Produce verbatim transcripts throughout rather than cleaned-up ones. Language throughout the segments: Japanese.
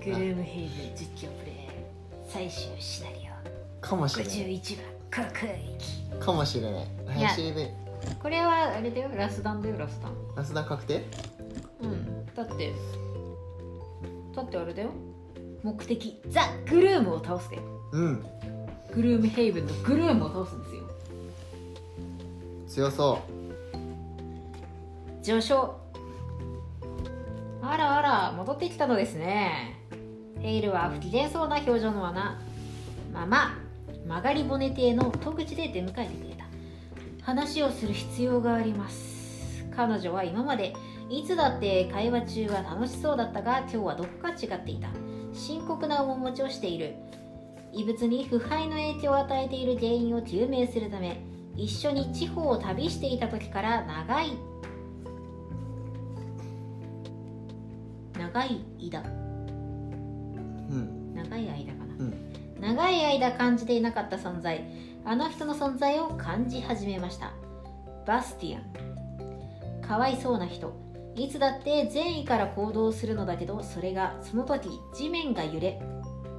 グルームヘイブン実況プレイ最終シナリオかもしれないごじゅういちばん航空域かもしれない林でこれはあれだよ、ラスダンだよ、ラスダン。 ラスダン確定。 うんだってだってあれだよ、目的ザ・グルームを倒すだよ。 うんグルームヘイブンのグルームを倒すんですよ。 強そ上昇。あらあら戻ってきたのですね。ヘイルは不機嫌そうな表情のまままま曲がり骨邸の戸口で出迎えてくれた。話をする必要があります。彼女は今までいつだって会話中は楽しそうだったが、今日はどこか違っていた。深刻な面持ちをしている。異物に腐敗の影響を与えている原因を究明するため、一緒に地方を旅していた時から長い長い間うん長い間かな、 うん、 長い間感じていなかった存在、あの人の存在を感じ始めました。バスティアン、かわいそうな人。いつだって善意から行動するのだけど、それがその時地面が揺れ、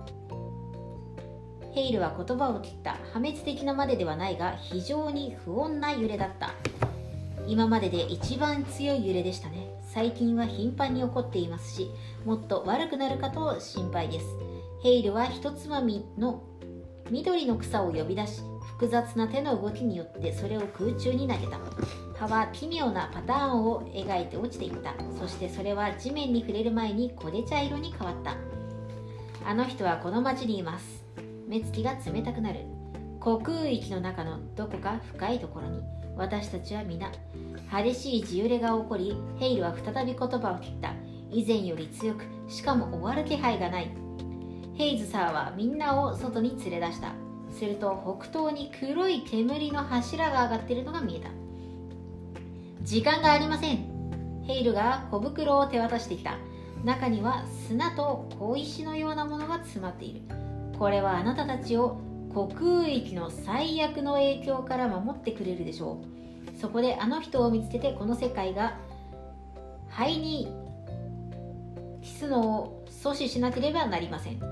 ヘイルは言葉を切った。破滅的なまでではないが、非常に不穏な揺れだった。今までで一番強い揺れでしたね。最近は頻繁に起こっていますし、もっと悪くなるかと心配です。ヘイルは一つまみの緑の草を呼び出し、複雑な手の動きによってそれを空中に投げた。葉は奇妙なパターンを描いて落ちていった。そしてそれは地面に触れる前に焦げ茶色に変わった。あの人はこの町にいます。目つきが冷たくなる。虚空域の中のどこか深いところに、私たちは皆激しい地揺れが起こり、ヘイルは再び言葉を切った。以前より強く、しかも終わる気配がない。ヘイズサーはみんなを外に連れ出した。すると北東に黒い煙の柱が上がっているのが見えた。時間がありません。ヘイルが小袋を手渡してきた。中には砂と小石のようなものが詰まっている。これはあなたたちを虚空域の最悪の影響から守ってくれるでしょう。そこであの人を見つけて、この世界が灰に帰すのを阻止しなければなりません。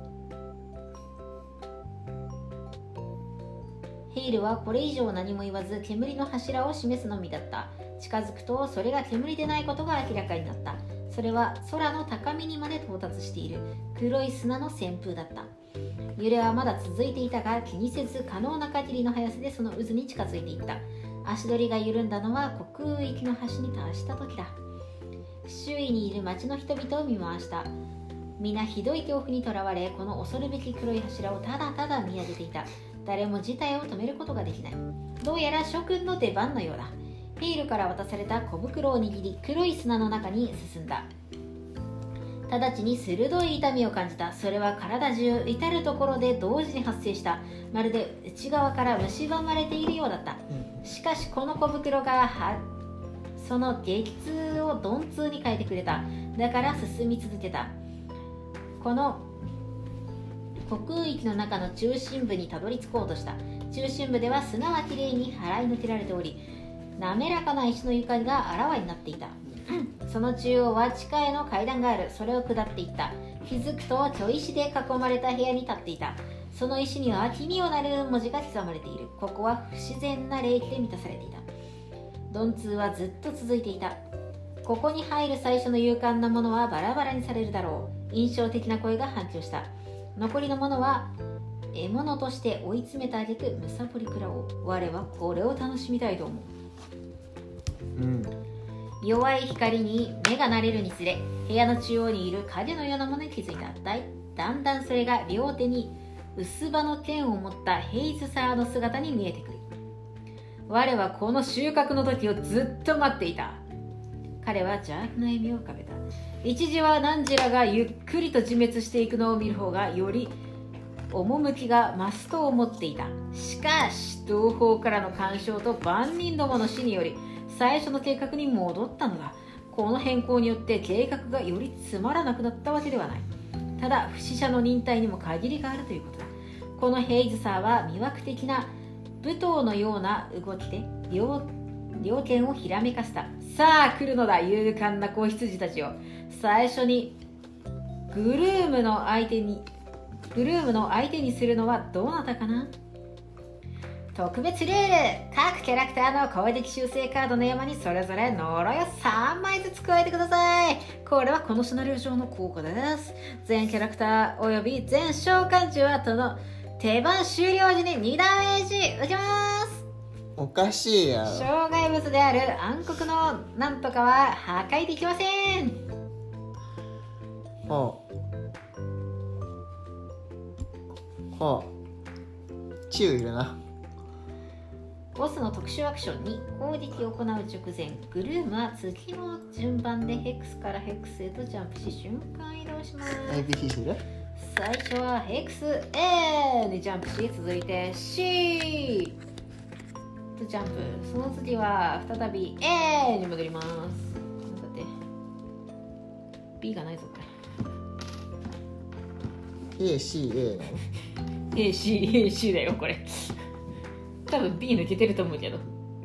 ヘイルはこれ以上何も言わず、煙の柱を示すのみだった。近づくとそれが煙でないことが明らかになった。それは空の高みにまで到達している黒い砂の旋風だった。揺れはまだ続いていたが、気にせず可能な限りの速さでその渦に近づいていった。足取りが緩んだのは虚空域の端に達した時だ。周囲にいる町の人々を見回した。皆ひどい恐怖にとらわれ、この恐るべき黒い柱をただただ見上げていた。誰も事態を止めることができない。どうやら諸君の出番のようだ。ヘイルから渡された小袋を握り、黒い砂の中に進んだ。直ちに鋭い痛みを感じた。それは体中至るところで同時に発生した。まるで内側から蝕まれているようだった。しかしこの小袋がはその激痛を鈍痛に変えてくれた。だから進み続けた。この虚空域の中の中心部にたどり着こうとした。中心部では砂はきれいに払い抜けられており、滑らかな石の床があらわになっていた。その中央は地下への階段がある。それを下っていった。気づくと巨石で囲まれた部屋に立っていた。その石には奇妙なる文字が刻まれている。ここは不自然な霊気で満たされていた。鈍痛はずっと続いていた。ここに入る最初の勇敢なものはバラバラにされるだろう。印象的な声が反響した。残りのものは獲物として追い詰めた挙句むさぼり食らおう。我はこれを楽しみたいと思う。うん弱い光に目が慣れるにつれ、部屋の中央にいる影のようなものに気づいた。だいだんだんそれが両手に薄葉の剣を持ったヘイズサーの姿に見えてくる。我はこの収穫の時をずっと待っていた。彼は邪悪な笑みを浮かべた。一時はナンジラがゆっくりと自滅していくのを見る方がより趣が増すと思っていた。しかし同胞からの干渉と万人どもの死により最初の計画に戻ったのだ。この変更によって計画がよりつまらなくなったわけではない。ただ不死者の忍耐にも限りがあるということだ。このヘイズサーは魅惑的な舞踏のような動きで両猟犬をひらめかせた。さあ来るのだ、勇敢な子羊たちよ。最初にグルームの相手にグルームの相手にするのはどなたかな。特別ルール、各キャラクターの攻撃修正カードの山にそれぞれ呪いをさんまいずつ加えてください。これはこのシナリオ上の効果です。全キャラクターおよび全召喚獣はとの手番終了時ににダメージ打ちます。 おかしいやろ。 障害物である暗黒のなんとかは破壊できません。 はあはあ治癒いるな。 ボスの特殊アクションに攻撃を行う直前、グルームは次の順番でヘクスからヘクスへとジャンプし瞬間移動します。 エービーシー する？ 最初はヘクス A にジャンプし、続いて C とジャンプ、その次は再び A に戻ります。だって B がないぞこれ。 エーシーエー なの？ A C A C だよこれ。多分 B 抜けてると思うけど。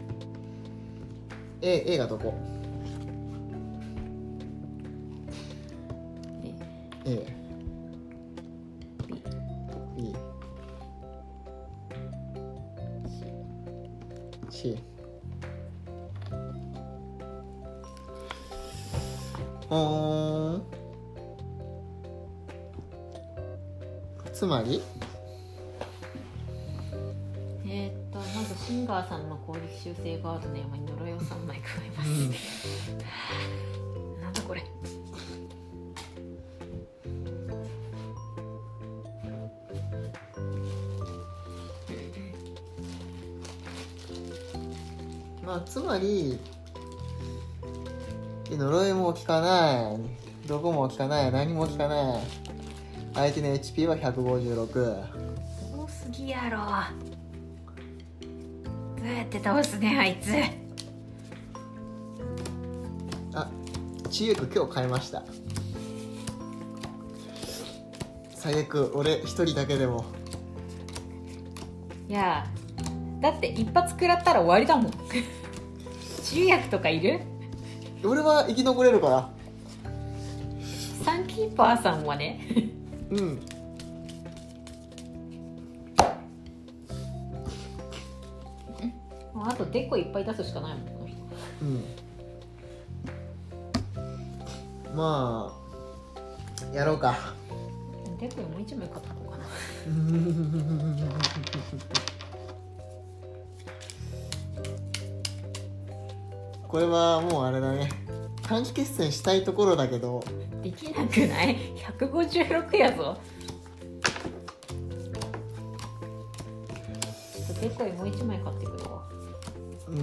A, A がどこ？ A A B B C ほーん。つまりえー、っとまずシンガーさんの攻撃修正ガードの山に呪いをさんまい加えます、うん、なんだこれ。 まあつまり呪いも効かない、毒も効かない、何も効かない。相手の エイチピー はひゃくごじゅうろく。 多すぎやろ。どうやって倒すねあいつ。 あ、治癒力今日変えました。最悪俺一人だけでも。 いやだって一発食らったら終わりだもん。治癒薬とかいる？ 俺は生き残れるから。 サンキーパーさんはね。 うん。 あとデコいっぱい出すしかないもんこの人。 うん。まあやろうか。 デコもう一枚買ったのかな。 これはもうあれだね。短期決戦したいところだけどできなくない？ひゃくごじゅうろくやぞ。ちょっとデコイもう一枚買ってくるわ。 うん。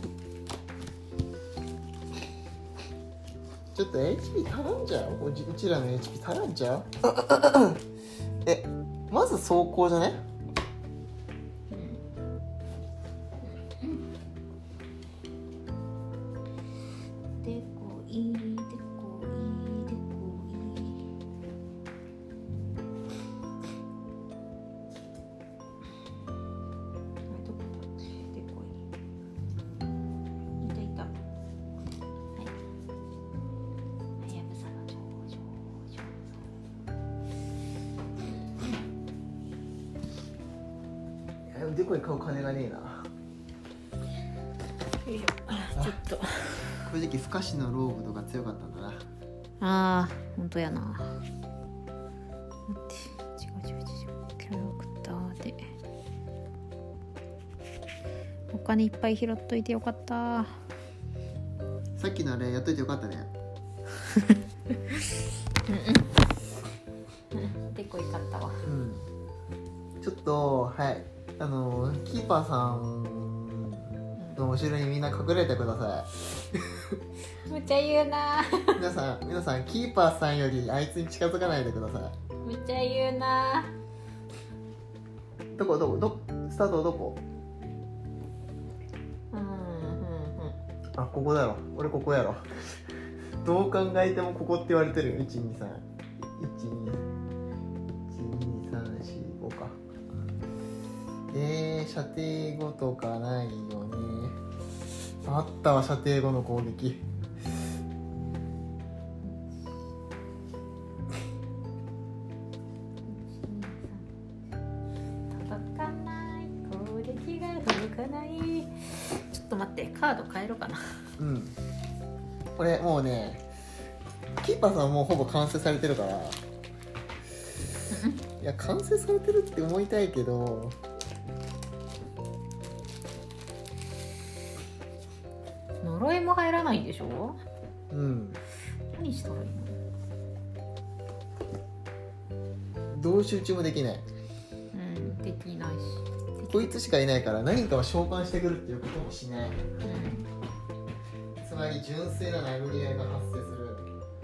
ちょっと エイチピー 足らんじゃう？うち、うちらの エイチピー 足らんじゃう？え、まず走行じゃね？ デコイデコイデコイ。 デコイ買う金がねえな。 よいしょ。ちょっと正直不可視のローブとか強かったんだな。 あーほんとやな。待って違う違う違うキャラクターでお金いっぱい拾っといてよかった。 さっきのあれやっといてよかったね。 でこいかったわ。 うん。ちょっとはいあのキーパーさんの後ろにみんな隠れてください。むっちゃ言うな。 皆さん皆さんキーパーさんよりあいつに近づかないでくださむっちゃ言うな。 い。どこどこどスタートどこ？ うんうんうん。 あ、ここだろ。俺ここやろ。どう考えてもここって言われてるよ。いちにさん いちにいちにさんよんごか。えー、射程後とかないよね。あったわ、射程後の攻撃。 届かない攻撃が届かない。ちょっと待って、カード変えろかな。 うん、これもうねキーパーさんはもうほぼ完成されてるからいや完成されてるって思いたいけど呪いも入らないんでしょ。 うん何したらいいの。 同士打ちもできない。 うんできないし、 こいつしかいないから何かを召喚してくるっていうこともしない。 うん、 つまり純粋な殴り合いが発生する。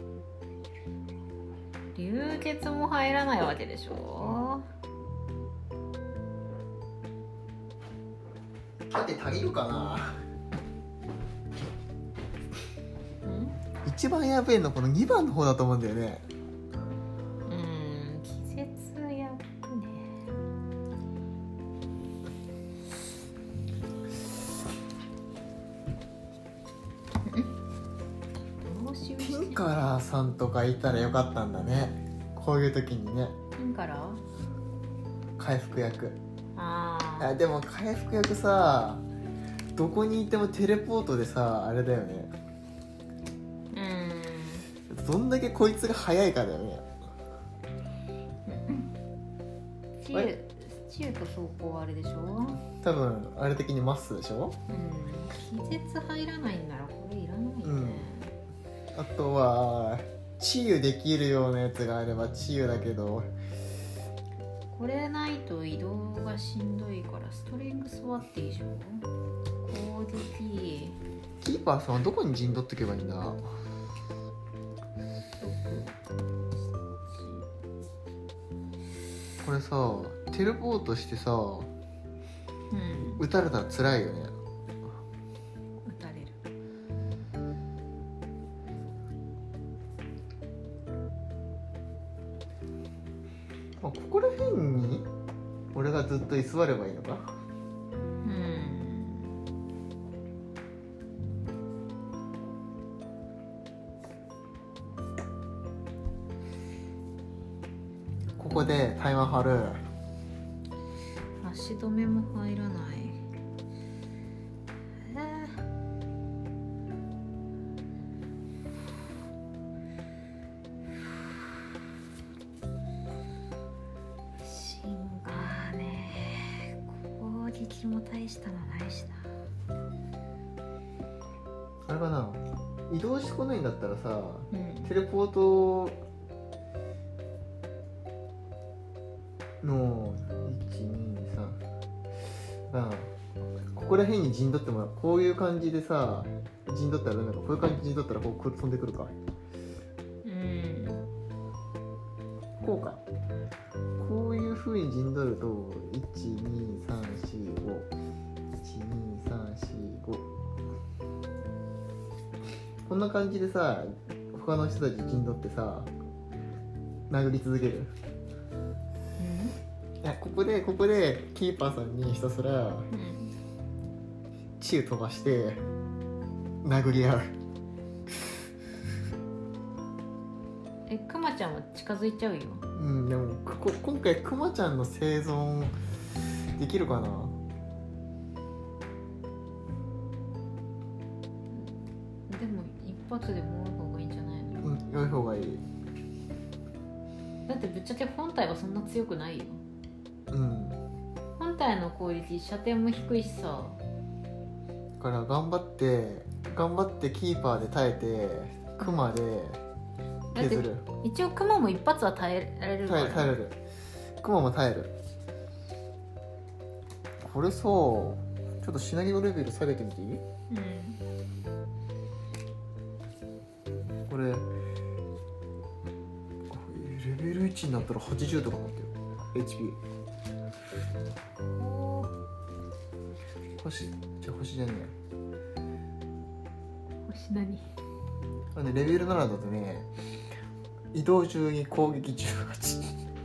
流血も入らないわけでしょ。 だって足りるかな。 うん一番やべえのこのにばんの方だと思うんだよね。 うん気絶やぶね。どうしよう。 ピンカラーさんとかいたらよかったんだね。こういう時にね。 ピンから回復役。 ああでも回復役さどこにいてもテレポートでさあれだよね。 うんどんだけこいつが速いかだよね。 チューチューと走行はあれでしょ。 多分あれ的にマッスでしょ。 うん気絶入らないんならこれいらないよね、 うん、あとは治癒できるようなやつがあれば治癒だけどこれないと移動がしんどいからストリングスはっていいでしょ。攻撃キーパーさんはどこに陣取っておけばいいんだ。これさテレポートしてさうん撃たれたら辛いよね。 撃たれる。 まあ、ここら辺に俺がずっと居座ればいいのか。 うんここでタイマー張る。 足止めも入らない。えー、シンガーね攻撃も大したのないしな。 あれかな移動してこないんだったらさうんテレポートのいちにさんがここら辺に陣取ってもらう。こういう感じでさ陣取ったらダメか。こういう感じで陣取ったらこう飛んでくるか。 うんこうか。こういう風に陣取るといちにさんしご いちにさんしごこんな感じでさ他の人たち陣取ってさ殴り続ける。いやここでここでキーパーさんにひたすらうん宙飛ばして殴り合う。 えクマちゃんは近づいちゃうよ。 うんでもこ今回クマちゃんの生存できるかな。 でも一発でもう方がいいんじゃないの。 うん良い方がいい。 だってぶっちゃけ本体はそんな強くないよ。 うん本体の攻撃射程も低いしさ。 だから頑張って頑張ってキーパーで耐えてクマで削る。 一応クマも一発は耐えられるから、 耐え耐えれる。クマも耐える。これさちょっとシナリオレベル下げてみていい？ うんこれレベルいちになったらはちじゅうとかなってる エイチピー。 星じゃあ星じゃね星何。 え。なんでレベルななだとね移動中に攻撃じゅうはち。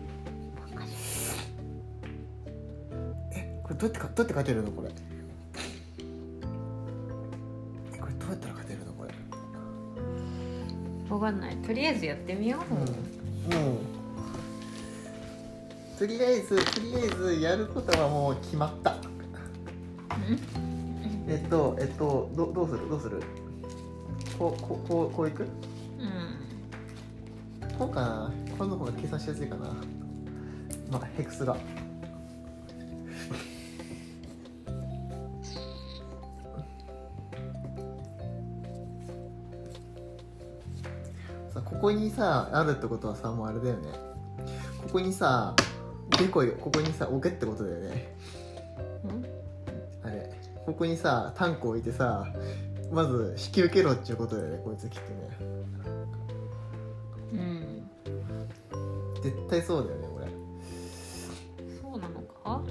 えこれどうやってかどうやって勝てるのこれ。えこれどうやったら勝てるのこれ。 わかんない。とりあえずやってみよう。 うんもうととりあえずとりあえずやることはもう決まった。えっとえっとどどうするどうするこうこうこうこういく？ うんこうかな。この方が計算しやすいかな。まあヘクスがさ、ここにさあるってことはさ、もうあれだよね。ここにさデコイここにさ置けってことだよね。あれここにさタンク置いてさ、まず引き受けろっていうことだよね、こいつきっとね。 うん絶対そうだよねこれ。 そうなのか。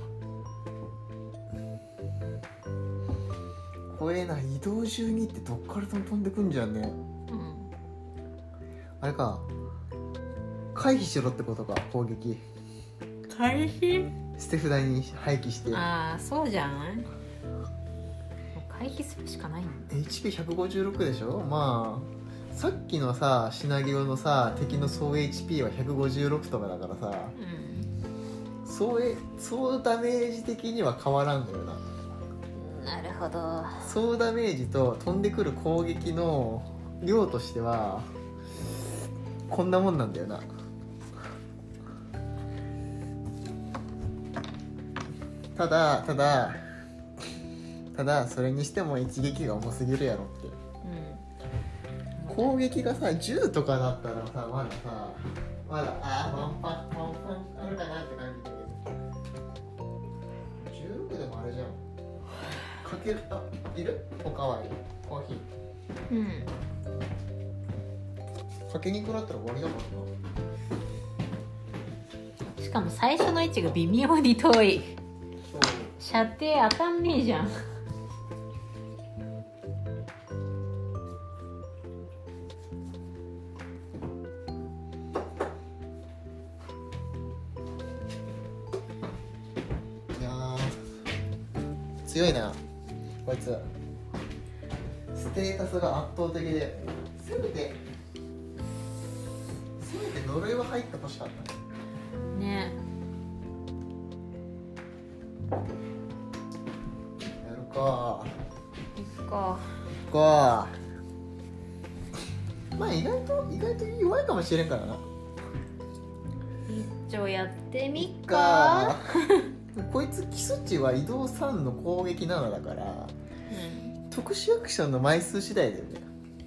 これな、移動中にってどっからでも飛んでくんじゃんね。 うんあれか、回避しろってことか。攻撃回避。 捨て札に廃棄して。 ああそうじゃん。もう回避するしかないんだ。 エイチピーひゃくごじゅうろく でしょ。まあさっきのさシナリオのさ敵の総 エイチピー はひゃくごじゅうろくとかだからさ、 うん総総ダメージ的には変わらんのよな。 なるほど。 総ダメージと飛んでくる攻撃の量としてはこんなもんなんだよな。ただただただそれにしても一撃が重すぎるやろって。 うん攻撃がさじゅうとかだったらさ、まださまだあーワンパンワンパンあるかなって感じだけど、じゅうろくでもあれじゃん。かける、あ、いる？おかわりコーヒうんーかけにくらったら終わりだからな。 しかも最初の位置が微妙に遠い。 そう射程当たんねえじゃん。 いやー強いなこいつ。ステータスが圧倒的で、せめてせめて呪いは入ってほしかったね。 ね。 やるかいっか。 かまあ意外と意外と弱いかもしれんからな。 一丁やってみっか。 かこいつ基礎値は移動さんの攻撃ななだから、 うん、 特殊アクションの枚数次第だよね。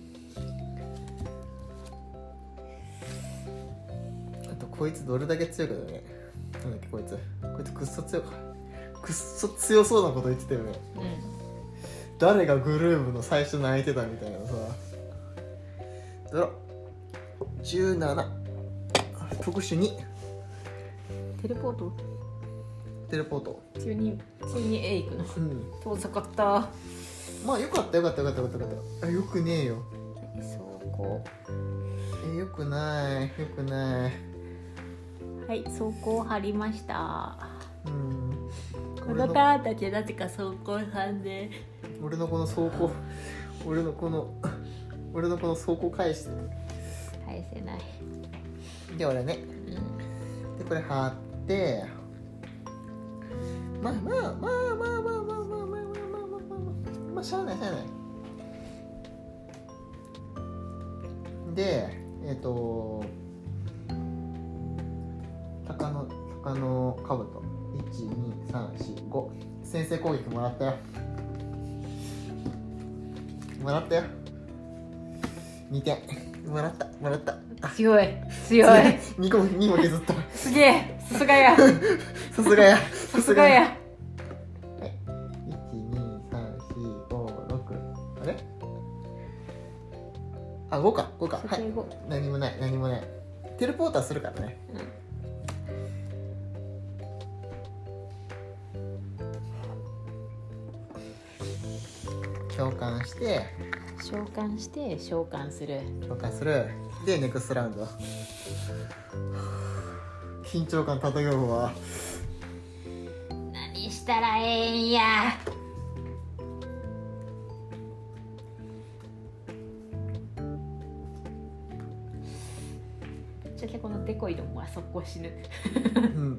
あとこいつどれだけ強いかだよね。なんだっけこいつこいつくっそ強いかくっそ強そうなこと言ってたよね。 うん誰がグルーブの最初泣いてたみたいなさ。ドロじゅうなな特殊にテレポートテレポート。 急に急に A 行くのうん遠ざかった。 まあよかったよかったよかったよかったよかったあよくねえよ。 そうこえよくないよくない。 うはい走行貼りました。 うんこのターンだけなぜか走行さんで俺のこの走行俺のこの俺のこの走行返して返せない。 で俺ねうんでこれ貼ってまあまあまあまあまあまあまあまあまあまあまあまあまあしゃあないしゃあないでえっと鷹の鷹の兜いちにさんしご先制攻撃もらったよもらったよにてんもらったもらった強い強いにこにも削ったすげえさすがやさすがやさすがや。 いちにさんしごろくあれあごかごかはいご何もない何もないテレポーターするからね。召喚して召喚して召喚する。 召喚するでネクストラウンド緊張感漂うわ。 何したらええんや。 ちゃけこのデコイどもは速攻死ぬうん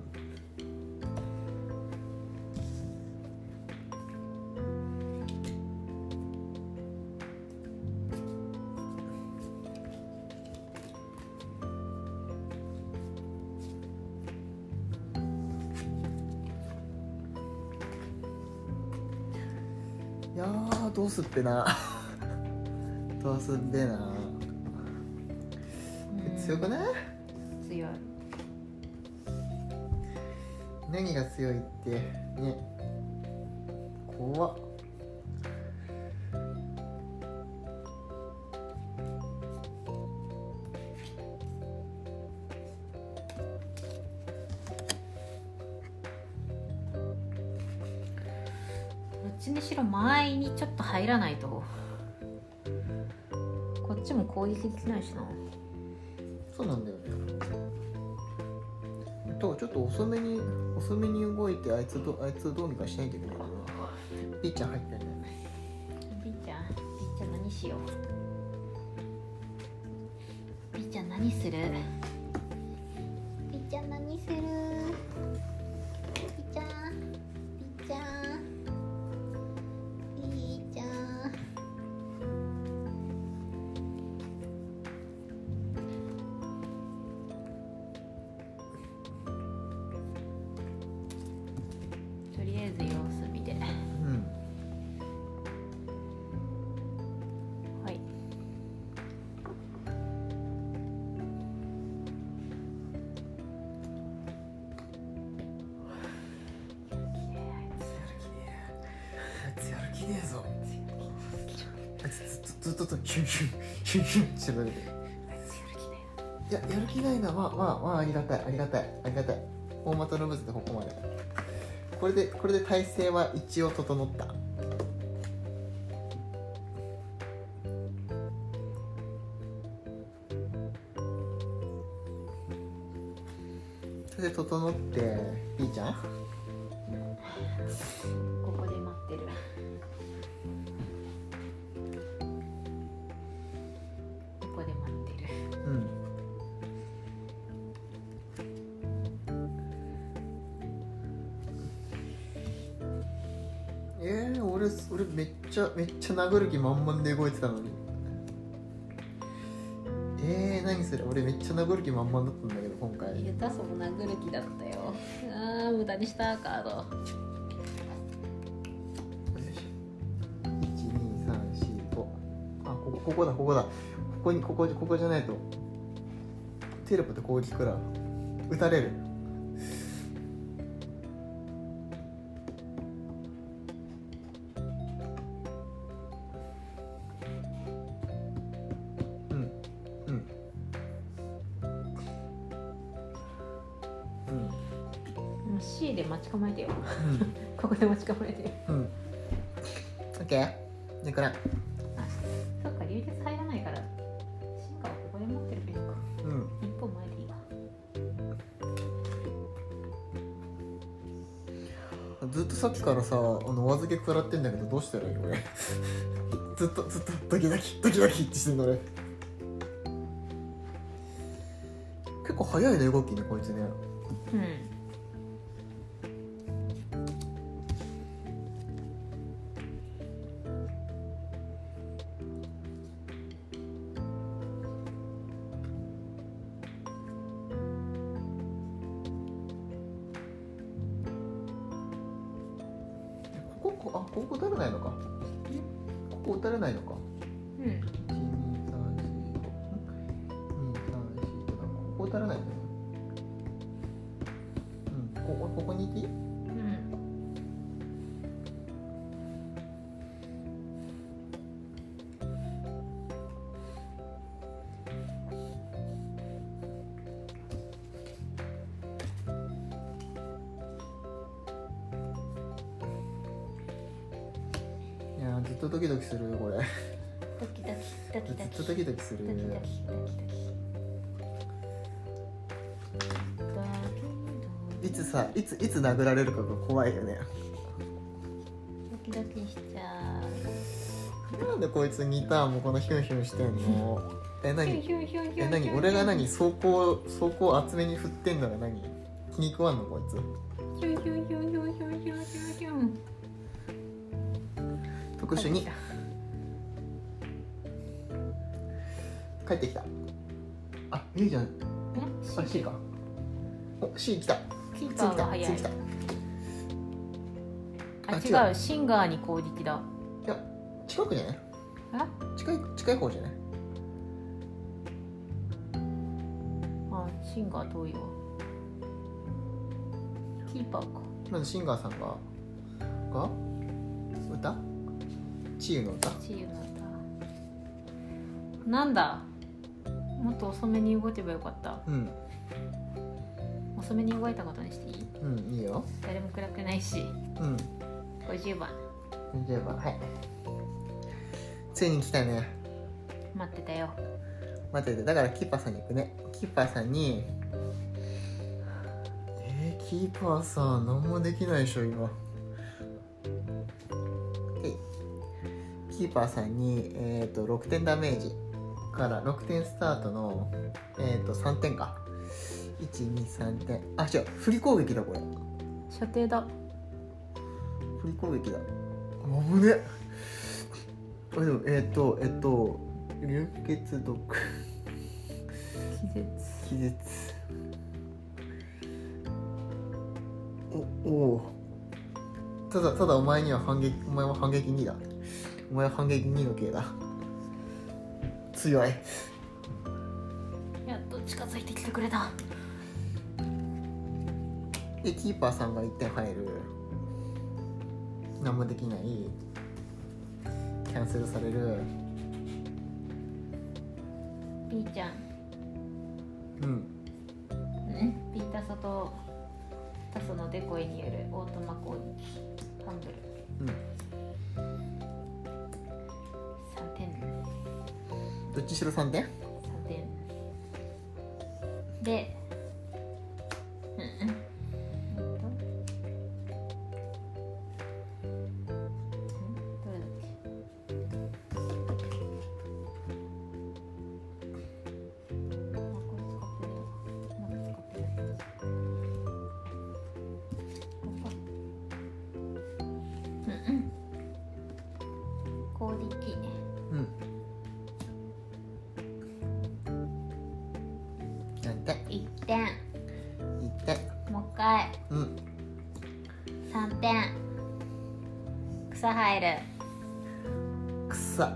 いやーどうすっぺなどうすっぺな強くない？ 強い。 何が強いってね、怖っ。 どっちにしろ間合いにちょっと入らないとこっちも攻撃できないしな。 そうなんだよね。とちょっと遅めに遅めに動いてあいつどあいつどうにかしないといけないな。ピーちゃん入ってんだよね。 ピーちゃん、ピーちゃん何しよう。ピーちゃん何する？ピーちゃん何する？ピーちゃん、ピーちゃん、ピーちゃん。とりあえず様子見て。 うん。 はい。 あいつやる気ねえぞ。あいつずっとずっとヒュンヒュンヒュンヒュンしてる。いややる気ないな。まあまあまあありがたいありがたいありがたい。大股のブズでここまで。これでこれで体勢は一応整った。それで整っていいじゃん。 ここで待ってる。ここで待ってる。 うん。えー、俺俺めっちゃめっちゃ殴る気満々で動いてたのに。えー、何それ。俺めっちゃ殴る気満々だったんだけど今回。 ユタソも殴る気だったよ。あー無駄にしたカード。 いちにさんしご。あ、ここここだここだ。ここにここここじゃないとテレポで攻撃から撃たれる。うんうんうんもう C で待ち構えてよ。 うんここで待ち構えてよ。 うん。オッケー。だから。 あ、そっか、流血入らないから進化はここで待ってるべきか。 うん。 一歩前でいいわ。 ずっとさっきからさ、あのお預け食らってんだけどどうしたらいい俺。ずっとずっとドキドキドキドキってしてんの俺。結構早いね動きねこいつね。 うん。 ここあここ打たれないのか。ここ打たれないのか。 うん。 いちにさんしご。にさんしごだ。ここ打たれないんだよね。うん。ここここにいていい？ うん。 いやーずっとドキドキするこれ。 ドキドキドキドキずっとドキドキする。 ドキドキドキドキいつさいついつ殴られるかが怖いよね。 ドキドキしちゃう。 なんでこいつにターンもこのヒュンヒュンしてんの。 え何え何俺が何走行走行厚めに振ってんのが何気に食わんのこいつ。特殊に帰ってきた。あ、いいじゃん。あ、C か。お、C 来た。 キーパーが早い。 次来た。 あ、違う、シンガーに攻撃だ。 いや、近くじゃない？ あ、 近い近い方じゃない？ あ、シンガー遠いわ。キーパーか。 まずシンガーさんがが歌？チーユの歌？ チーユの歌。なんだ。もっと遅めに動けばよかった。 うん。 遅めに動いたことにしていい？ うん、いいよ。 誰も暗くないし。 うん。 ごじゅうばん。 ごじゅうばん、はい。ついに来たね。 待ってたよ。 待ってて、だからキーパーさんに行くね。キーパーさんに、えー、キーパーさん何もできないでしょ今。で、キーパーさんに、えーと、ろくてんダメージからろくてんスタートの、えーと、さんてんか。いち、に、さんてん。あ、違う、振り攻撃だこれ。 射程だ。 振り攻撃だ。危ね。あ、でも、えっ、ー、と、えっ、ー、と、流血毒。 気絶。 気絶。お、おお。ただ、ただお前には反撃、お前は反撃にだ。お前は反撃にの系だ。強い。 やっと近づいてきてくれた。 で、キーパーさんがいってん入る。何もできない。キャンセルされる。 B ちゃん。 うん。 ね、ピータソとタソのデコイによるオートマ攻撃。ファンブル。 うん。 さんてん。 どっちしろさんてん？ さんてん。で、うんうん。攻撃。 うん。何点？ いってん。 いってん。 もう一回。 うん。 さんてん。草入る。 草。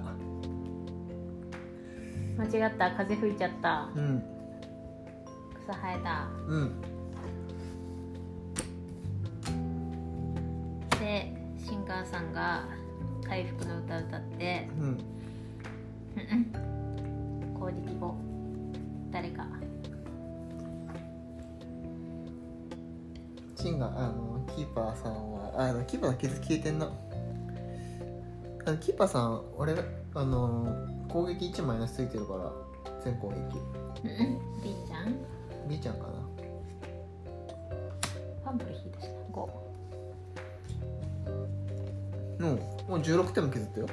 間違った。風吹いちゃった。 うん。 草生えた。 うん。 で、シンガーさんが回復の歌歌って、 うん。 うんうん。攻撃後、誰か。 シンガー、あのキーパーさんはあのキーパーの傷消えてんの。あのキーパーさん、俺あの攻撃いちマイナスついてるから全攻撃。 うんうん。B ちゃん。 B ちゃんかな。 ファンブル引いたしな。ご。 のもうじゅうろくてんも削ったよ。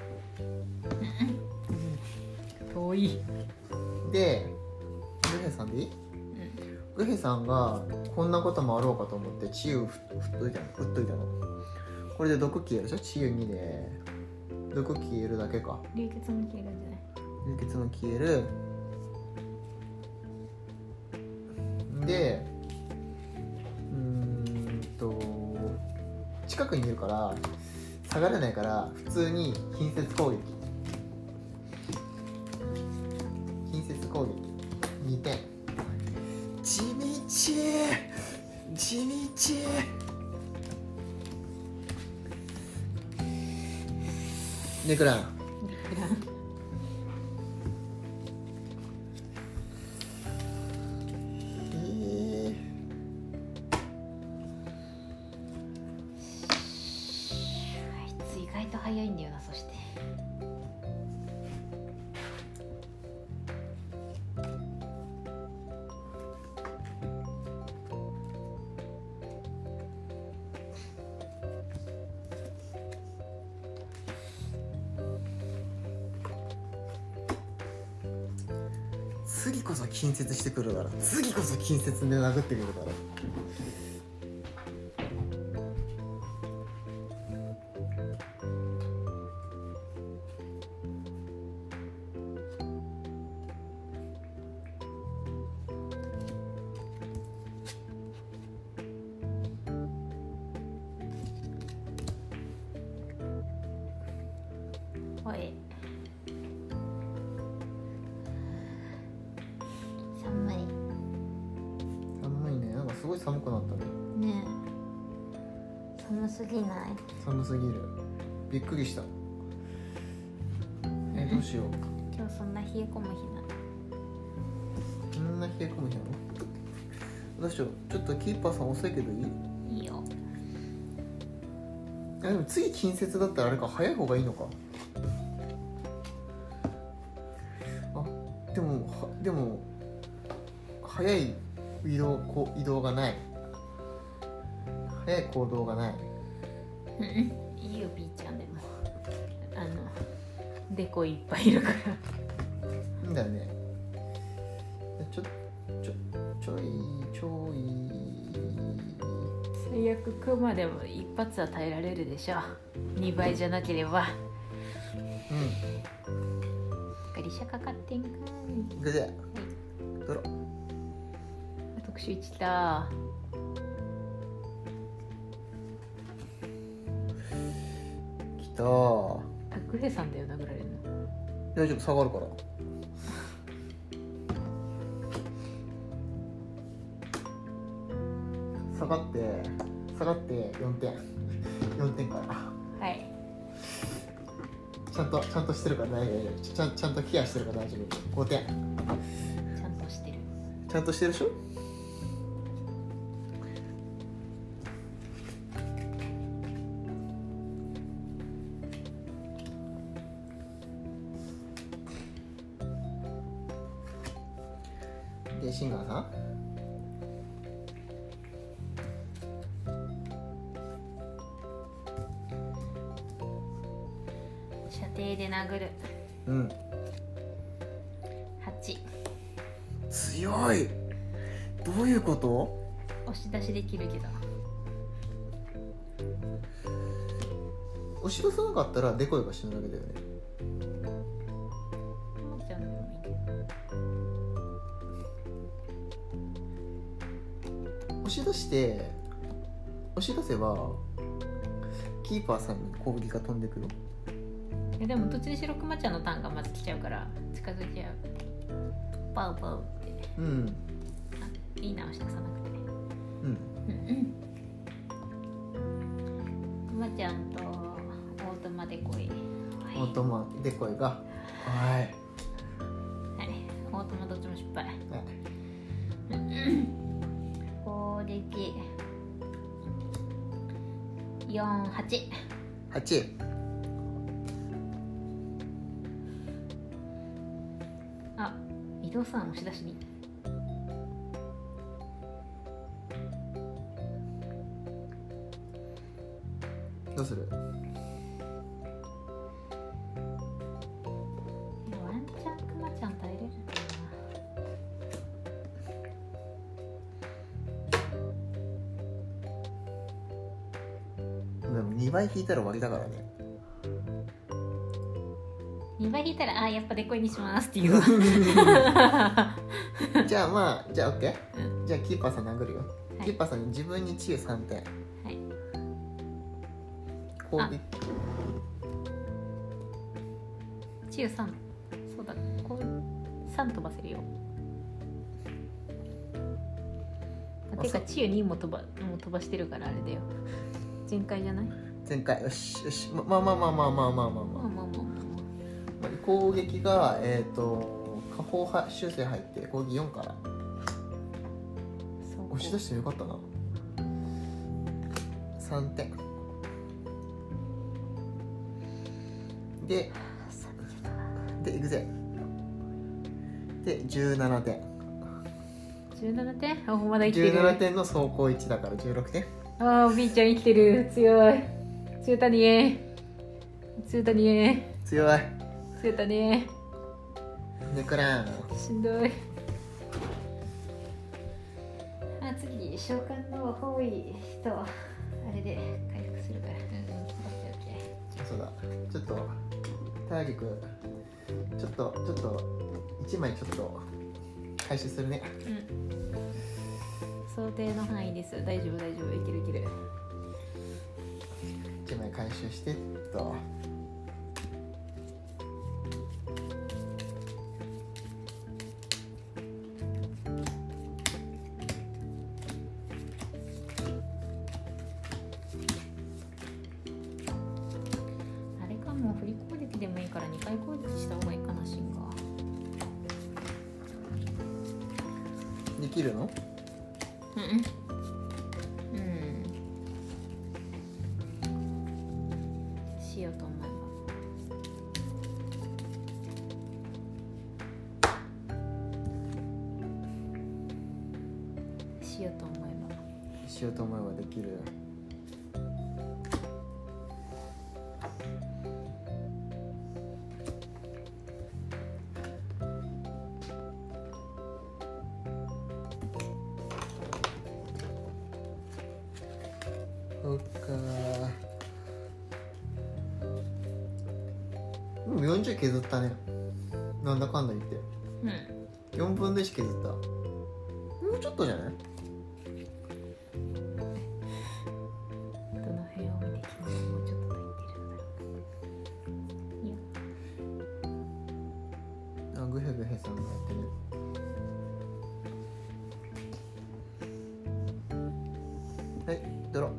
遠い。 で、グヘさんでいい？グヘさんがこんなこともあろうかと思って治癒振っといたの。振っといたの。これで毒消えるでしょ。治癒にで毒消えるだけか。 流血も消えるんじゃない？ 流血も消える。で、うーんと近くにいるから下がれないから普通に近接攻撃。近接攻撃にてん。地道地道。ネクラン。 ネクラン。 えー、 あいつ意外と早いんだよな。そして次こそ近接してくるから次こそ近接で殴ってくるからおい寒い寒いね。なんかすごい寒くなったね。 ねえ寒すぎない？ 寒すぎる。びっくりした。えどうしよう。 今日そんな冷え込む日なの？ そんな冷え込む日なの？どうしよう。ちょっとキーパーさん遅いけどいい？ いいよ。 あでも次近接だったらあれか早い方がいいのか。あでもはでも早い移動こ移動がない。早い行動がない。 いいよ B ちゃんでもあのデコいっぱいいるからいいんだよね。ちょちょちょいちょい最悪クマでも一発は耐えられるでしょ。にばいじゃなければ。 うんガリシャかかってんかい。 グでドロ特殊いちだ。 きたー。 グレさんだよ殴られるの。 大丈夫下がるから下がって下がってよんてんよんてんからはいちゃんとちゃんとしてるから大丈夫。ちゃんちゃんとケアしてるから大丈夫。ごてんちゃんとしてる。 ちゃんとしてるでしょ。でシンガーさん射程で殴る。 うんはち。 強い。どういうこと？ 押し出しできるけど押し出さなかったらデコイが死ぬだけだよね。 もうちゃんでもいいけど押し出して押し出せばキーパーさんに攻撃が飛んでくる。 えでもどっちにしろクマちゃんのターンがまず来ちゃうから近づいちゃう。パウパウってうんあいいな押し出さなくてね。 うんクマちゃんとオートマでこい。 オートマデコイがはいはいオートマどっちも失敗。 はい攻撃よんはち。 はち。 あ移動さん押し出しにどうする？ ワンチャンクマちゃん耐えれるかな。 でもにばい引いたら終わりだからね。 にばい引いたらあやっぱデコイにしますって言うわじゃあまあじゃあ OK、 うん、 じゃあキーパーさん殴るよ、 はい、 キーパーさんに自分に治癒さんてん、はい、攻撃治癒さんそうだこうさん飛ばせるよ。てか治癒にも飛ばもう飛ばしてるからあれだよ全開じゃない？ 全開よしよしままあまあまあまあまあまあまあまあまあまあまあまあ攻撃がえっ、ー、と下方は修正入って攻撃よんから押し出してよかったな。さんてんででいくぜでじゅうななてんじゅうななてんあまだ生きてる。 じゅうななてんの走行いちだからじゅうろくてん。 あー B ちゃん生きてる。強い強たにえ強たにえ強い強たにえネクラーンしんどいい召喚の方位とあれで回復するから。うんうん。オッケーオッケー。 そうだ。ちょっと大義くんちょっとちょっと一枚ちょっと回収するね。 うん。想定の範囲です。大丈夫大丈夫、いけるいける。 一枚回収してっと。 あれか、もう振り攻撃でもいいからにかい攻撃した方がいいかな、シンが。 できるの？ うんうん。しようと思えば。しようと思えば。 しようと思えばできる。そっかー。もうよんじゅう削ったね。なんだかんだ言って。 うん。 よんぶんのいち削った。もうちょっとじゃない？ どの辺を見てきてもうちょっと入ってるんだろう。いや。 あ、グヘグヘさんがやってる。はい、ドロー。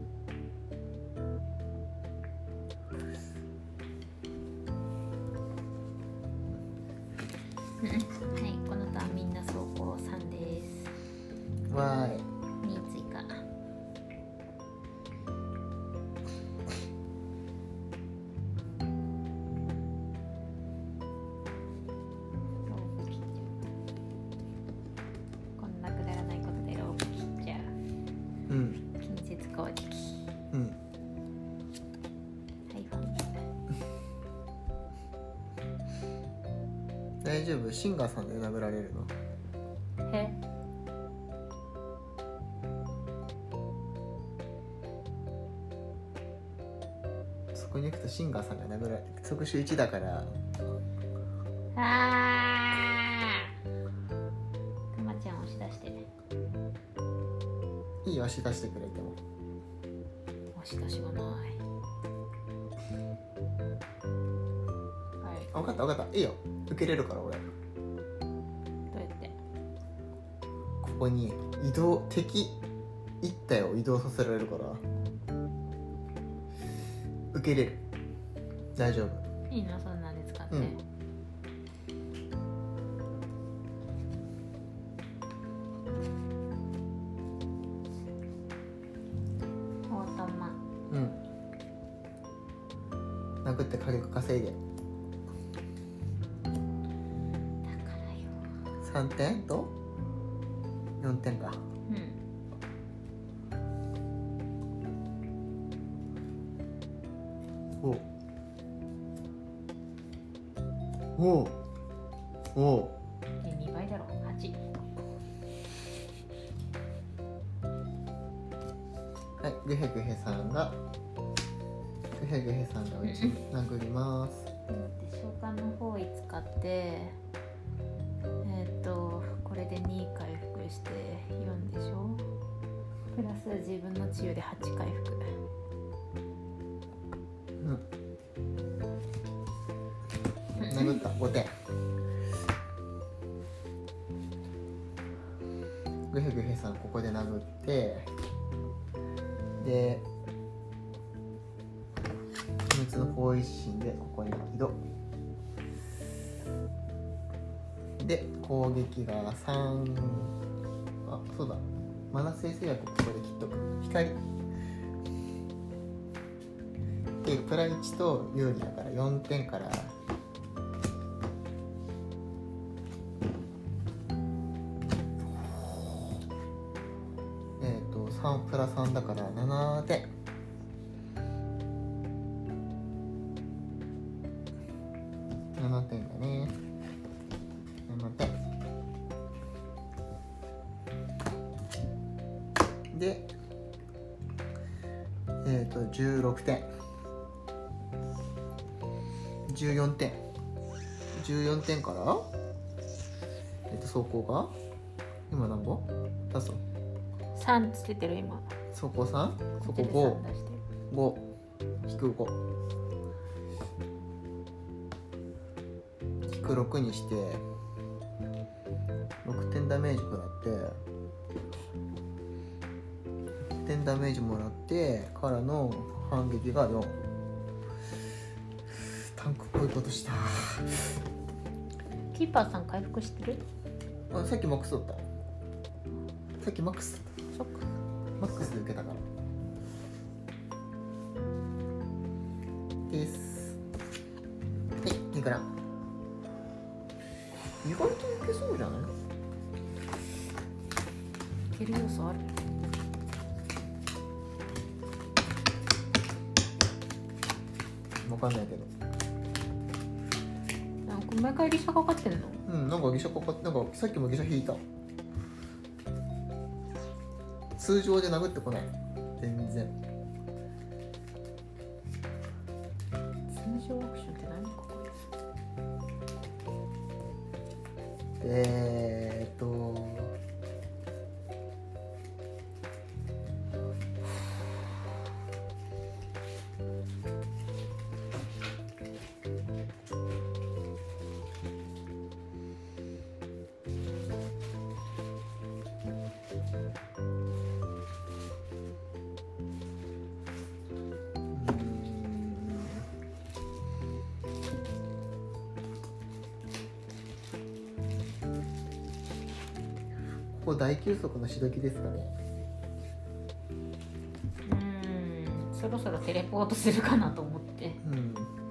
はい、このターンみんな走行さんです。 わーい。 に追加。こんなくだらないことでロープ切っちゃう。 うん。 近接攻撃。 うん。 はい、ファン。 大丈夫？シンガーさんで殴られるの？ へ。 そこに行くとシンガーさんが殴られ特殊いちだから。 あー。くまちゃん押し出してね。 いいよ、押し出してくれても。 押し出しがない。はい。 あ、分かった分かった。いいよ、受けれるから俺。 どうやって？ ここに移動、敵一体を移動させられるから受けれる。大丈夫。 いいの、そんなんで使って。 うん。 オートマ。 うん。殴って火力稼いで。 だからよ。 さんてんとよんてんか。 うん。 おおおお。 でにばいだろ。はち。 はい、グヘグヘさんがグヘグヘさんがうち殴ります。 で召喚の方位使ってえっ、ー、とこれでに回復してよんでしょ。プラス自分の治癒ではち回復。 うん。殴ったごてん。グヘグヘさんここで殴って、で秘密の方位神でここに移動で攻撃がさん。あ、そうだ、マナ生成薬ここで切っとく。光でプラいちと有利だからよんてんからえっとさんプラさんだからななてん。ななてんだね。ななてん。 でえっ、ー、とじゅうろくてんじゅうよんてんじゅうよんてんからえっ、ー、と走行が今何本出すのさんつけてる今。 走行さんそこごご引くご引くろくにしてろくてんダメージ食らってろくてんダメージもらってからの反撃がよん。タンクっぽいことした。 キーパーさん回復してる？ あ、さっきマックスだった。さっきマックスだった。 そっか。 マックスで受けたからです。はい、いいかな。意外といけそうじゃない？ いける要素ある？ わかんないけど。 なんか毎回リシャかかってんの？ うん、なんかリシャかかって、なんかさっきもリシャ引いた。通常で殴ってこない。全然。 通常アクションって何かこれ？えーっと。ここ大休息のしどきですかね。 うーん、そろそろテレポートするかなと思って。 うん。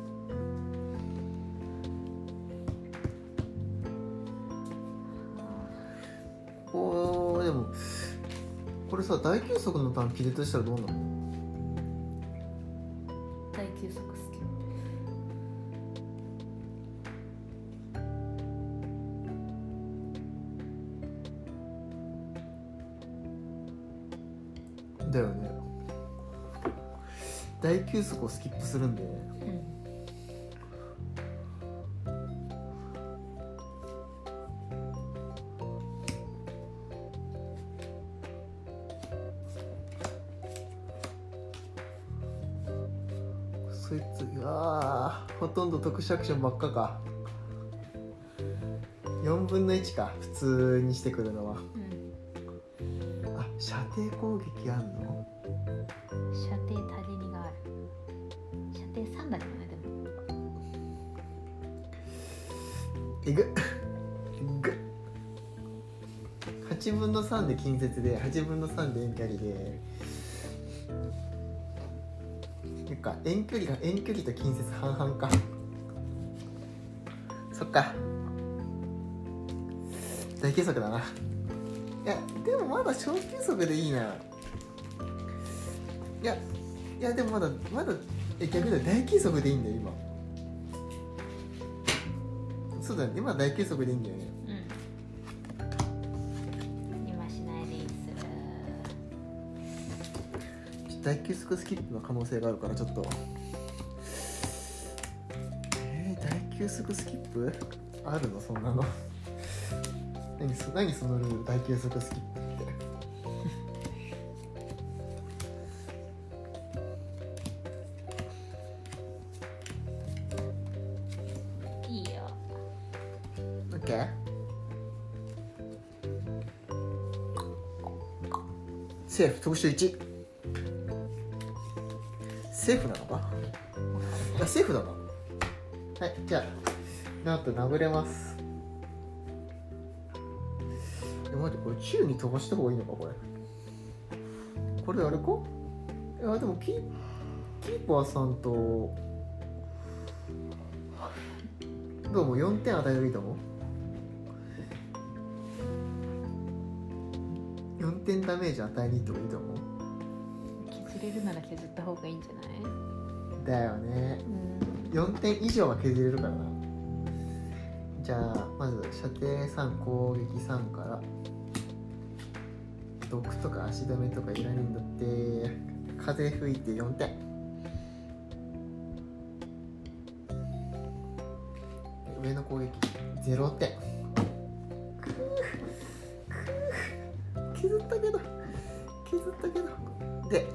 ここでもこれさ、大休息のターン気絶したらどうなの？ 大休息好き。 だよね。大休息をスキップするんで、ね、うん、そいつ、いやー、ほとんど特殊アクションばっかか。よんぶんのいちか、普通にしてくるのは。うん、あ、射程攻撃あんの？ 射程タレニがある。射程さんだけどね、でも。 えぐっえぐっはちぶんのさんで近接ではちぶんのさんで遠距離で、なんか遠距離が遠距離と近接半々か。そっか、大休息だな。いやでもまだ小休息でいいな。いやいやでもまだまだえ逆で大休息でいいんだよ今。そうだね、今大休息でいいんだよね。 うん。今しないでいいっす。 大休息スキップの可能性があるからちょっと。えー、大休息スキップあるのそんなの？何そ何そのルール、大休息スキップって。 いいよ。 オッケー。セーフ特殊いち。セーフなのか？あ、セーフだな。はい、じゃあなんと殴れます。え、待って、これ宙に飛ばした方がいいのかこれ。これあれか？いやでもキーキーパーさんとどうもよんてん与えるべきだもん。よんてんダメージ与えにいった方がいいと思う。 削れるなら削った方がいいんじゃない？ だよね、 うん、 よんてん以上は削れるからな。じゃあまず射程さん攻撃さんから毒とか足止めとかいらねえんだって。風吹いてよんてん。上の攻撃ゼロてん。くーくー削ったけど削ったけどで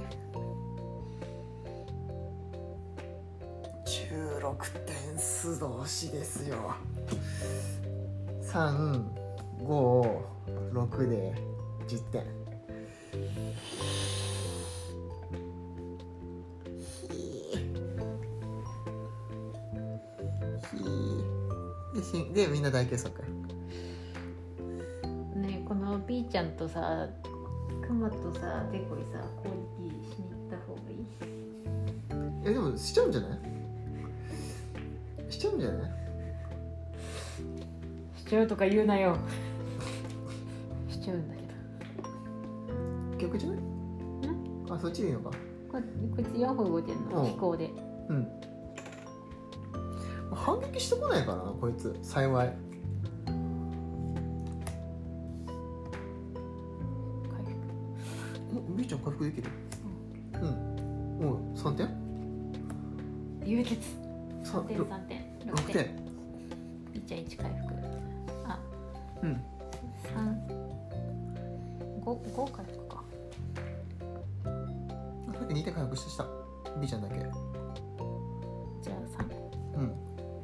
じゅうろくてん素通しですよ。さん、ご、ろくでじゅってん。で, しでみんな大結束ね。この B ちゃんとさクマとさデコイさクオリティしに行った方がいい。 えでもしちゃうんじゃないしちゃうんじゃないしちゃうとか言うなよ。しちゃうんだけど逆じゃない？んあそっちでいいのか。 こ, こいつよんほ動いてんの、飛行で。 うん反撃してこないからなこいつ幸い。 回復。 お B ちゃん回復できる。うん、うん、おさんてん流血さんてんさんてんろくてん B ちゃんいち回復。あうんさん ご, ご回復か。 あさっきにてん回復した B ちゃんだけ。 じゃあさん。 うん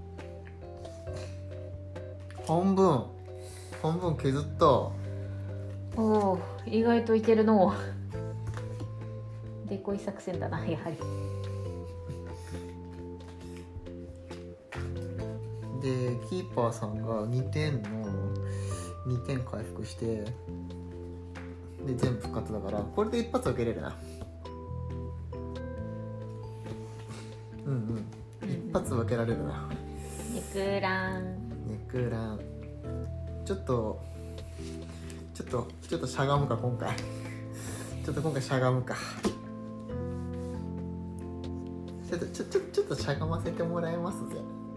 半分半分削った。 おお意外といけるの。デコイ作戦だなやはり。 でキーパーさんがにてんのにてん回復してで全部復活だからこれで一発受けれるな。うんうん一発受けられるな。 ネクランネクランちょっとちょっとちょっとしゃがむか今回ちょっと今回しゃがむかちょっとちょちょちょっとしゃがませてもらえますぜ。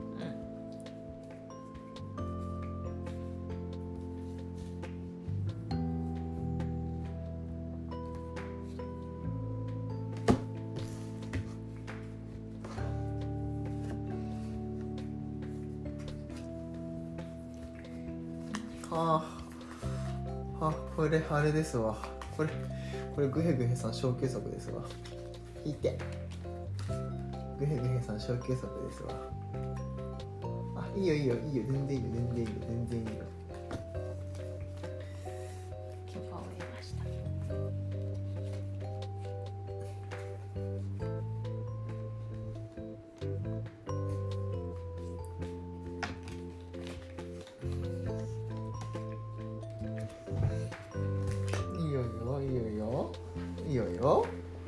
ああ、これあれですわ。これこれグヘグヘさん小休息ですわ。引いて。グヘグヘさん小休息ですわ。あ、いいよいいよいいよ全然いいよ全然いいよ全然いいよ。 許可を得ました。 いいよいいよいいよいいよいいよ。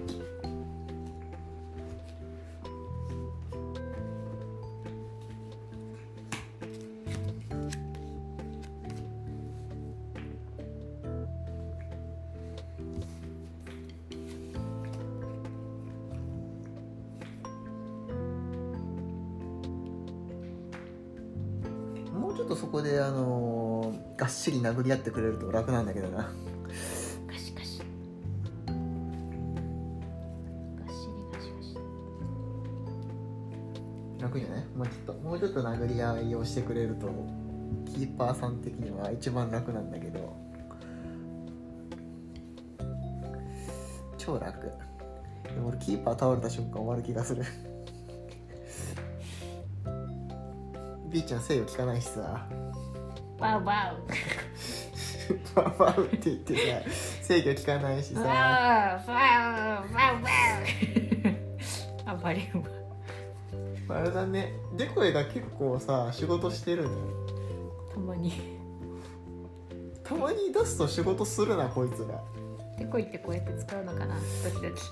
もうちょっとそこであのー、がっしり殴り合ってくれると楽なんだけどな。 ガシガシガシリガシガシ。 楽じゃない？もうちょっともうちょっと殴り合いをしてくれるとキーパーさん的には一番楽なんだけど超楽。でも俺キーパー倒れた瞬間終わる気がする。B ちゃん制御効かないしさバウバウバウバウって言ってさ制御効かないしさバウバウバウバウ暴れ馬。 あれだねデコエが結構さ仕事してるね。 たまにたまに出すと仕事するなこいつら。 デコイってこうやって使うのかな時々。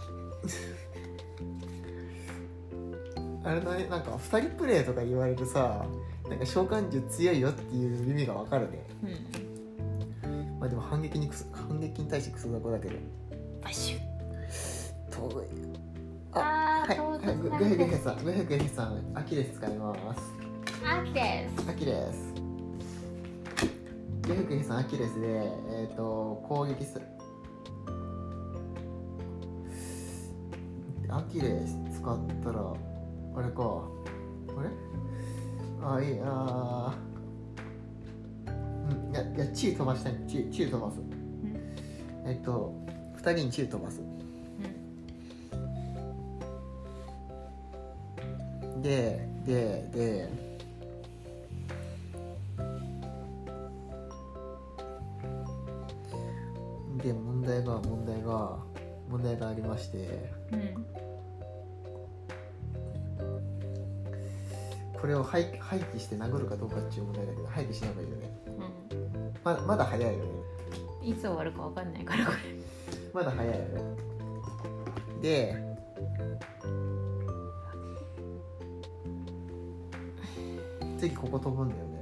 あれだねなんかふたりプレイとか言われるさなんか召喚獣強いよっていう意味がわかるね。 うんまあでも反撃にくす反撃に対してクソだこだけどバシュ遠い。 あーはい、はい、グヘグヘさんグヘグヘさんアキレス使います。 アキレスアキレスグヘグヘさんアキレスでえっ、ー、と攻撃するアキレス使ったらあれか、あれあいいあうんいやいやチー飛ばしたいチーチー飛ばす、うん、えっとふたりにチー飛ばす、うん、でででで問題が問題が問題がありまして、うん、これを廃廃棄して殴るかどうかっていう問題だけど廃棄しない方がいいよね、うん、ま, まだ早いよね。 いつ終わるか分かんないからこれまだ早いよね。で次ここ飛ぶんだよね。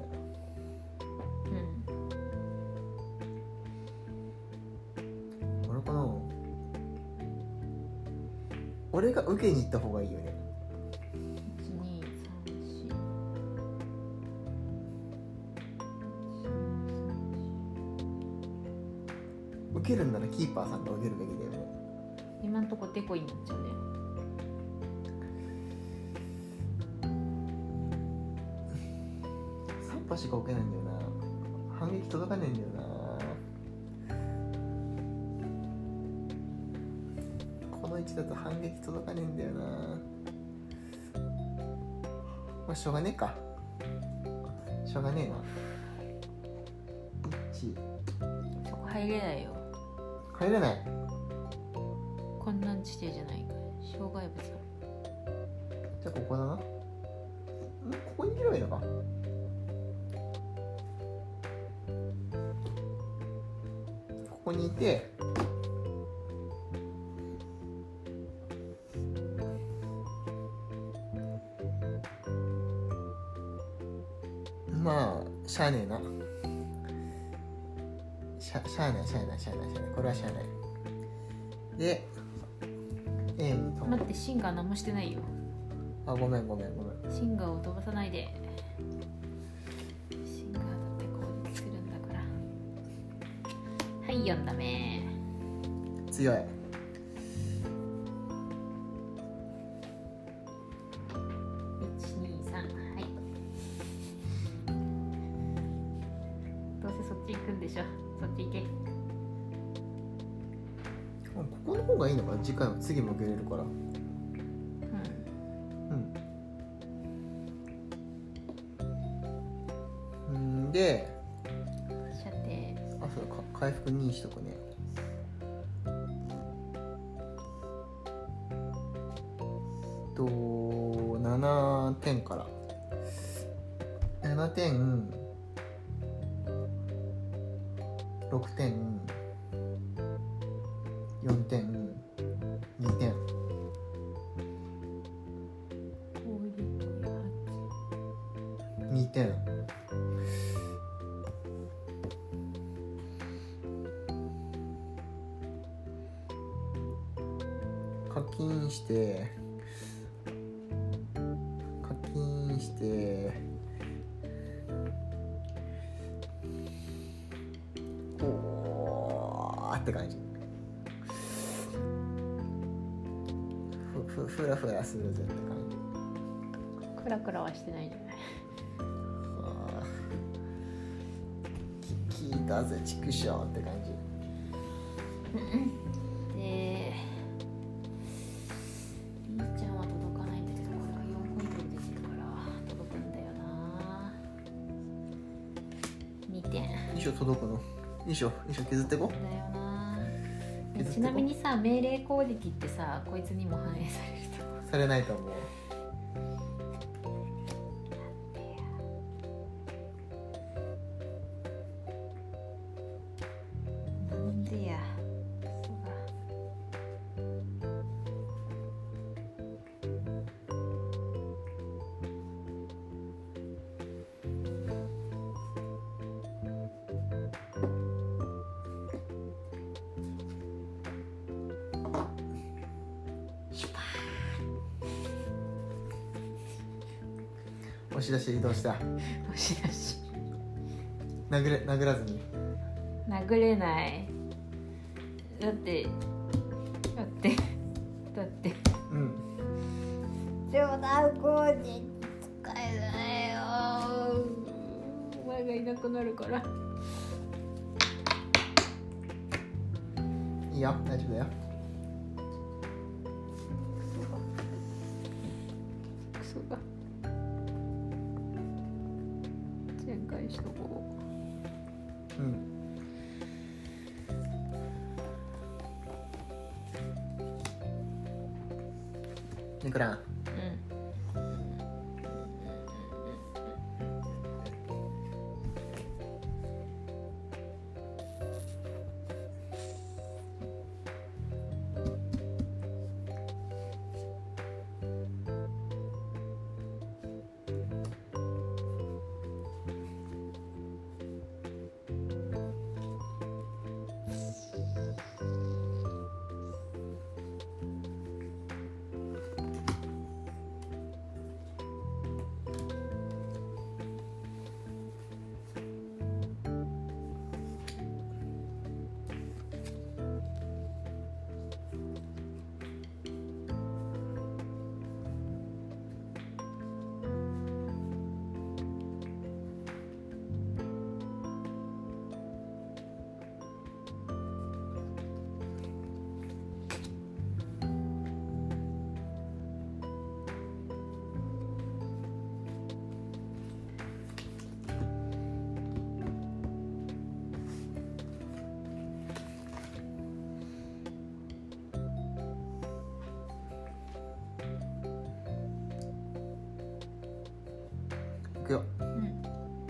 俺が受けに行った方がいいよね。 いちにさんし受けるんならキーパーさんが受けるべきだよね。 今んとこデコイになっちゃうね。 さんぱしか受けないんだよな。反撃届かないんだよな。この位置だと反撃届かねえんだよな。まあしょうがねえか。しょうがねえな。いちそこ入れないよ。 入れない。 困難地底じゃないか。障害物ある。 じゃあここだな。んここにいればいいのか。ここにいてまあしゃあねえな。しゃ、しゃあないしゃあないしゃあないしゃあない。これはしゃあない。で A に飛ぶ。 待って、シンガー何もしてないよ。 あ、ごめんごめんごめん。 シンガーを飛ばさないで。シンガーだって攻撃するんだから。はい、よん打目。 強い。いちにさん、はい。どうせそっち行くんでしょ。そっち行け。 ここの方がいいのかな。次回も次も受けれるから。うん。うんで。 射程。 あ、そうか。回復にしとくね。とななてんからななてんろくてんよんてんにてんにてん課金して課金しておーって感じ。ふふふらふらするぜって感じ。 クラクラはしてないんじゃない。 あき聞いたぜ畜生って感じ。 でリーちゃんは届かないんだけど、これがよんポイント出てるから届くんだよな。にてん。 衣装届くの。衣装衣装削ってこ。 だよな。ちなみにさ、命令攻撃ってさ、こいつにも反映されると思う。 されないと思う。 なんでや。 押し出し移動した。 押し出し殴れ殴らずに殴れない。だってだってだってうん冗談こうに使えないよ。お前がいなくなるから。 いいよ、大丈夫だよ。 クソが全開しとこう。うん。いくら？うん。いくよ。うん。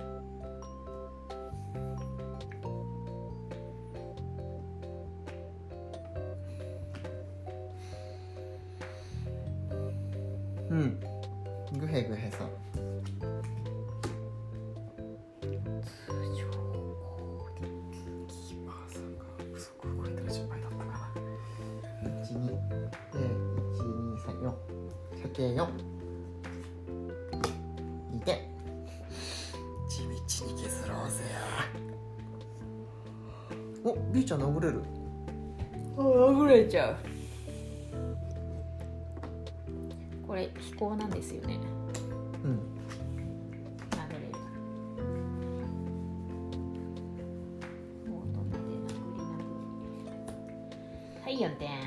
うん。グヘグヘさん。通常キーパーさんが不足動いたら失敗だったかな。一二で一二三四。射程四。にてん。地道に削ろうぜ。お、B ちゃん殴れる。 殴れちゃう。これ飛行なんですよね。 うん。 殴れる。ボートまで殴り殴り。はい、よんてん。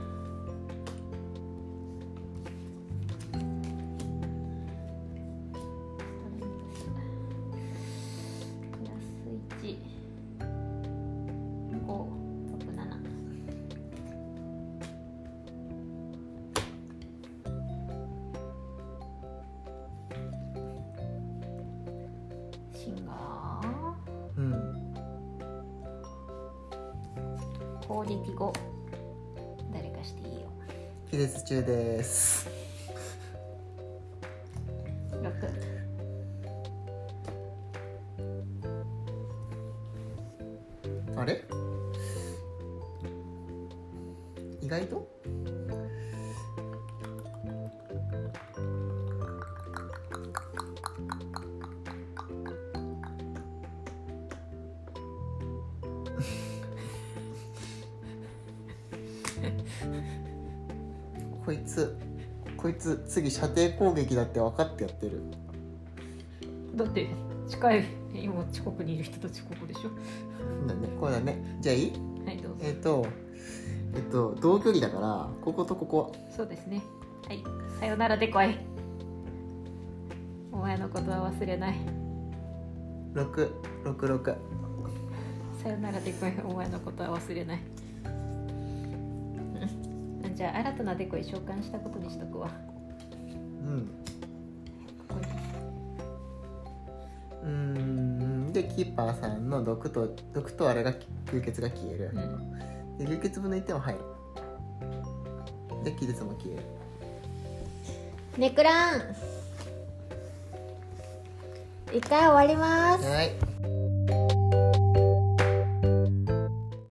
うん、 攻撃後誰かしていいよ。 気絶中です。 ろく。 あれ意外とこいつこいつ次射程攻撃だって分かってやってる。 だって近い今近くにいる人と近くでしょ。 だね、これだね。じゃあいい？ はいどうぞ。 えっ、ー、とえっ、ー、と同距離だからこことここ。 そうですね。はい、さよならでこい。お前のことは忘れない。 六六六。 さよならでこい。お前のことは忘れない。じゃあ新たなデコイ召喚したことにしとくわ。 うん。うーんでキーパーさんの毒と毒とあれが流血が消える。うん、で流血分のいってんは入る。で気絶も消える。 ネクラン。一回終わります。 はい。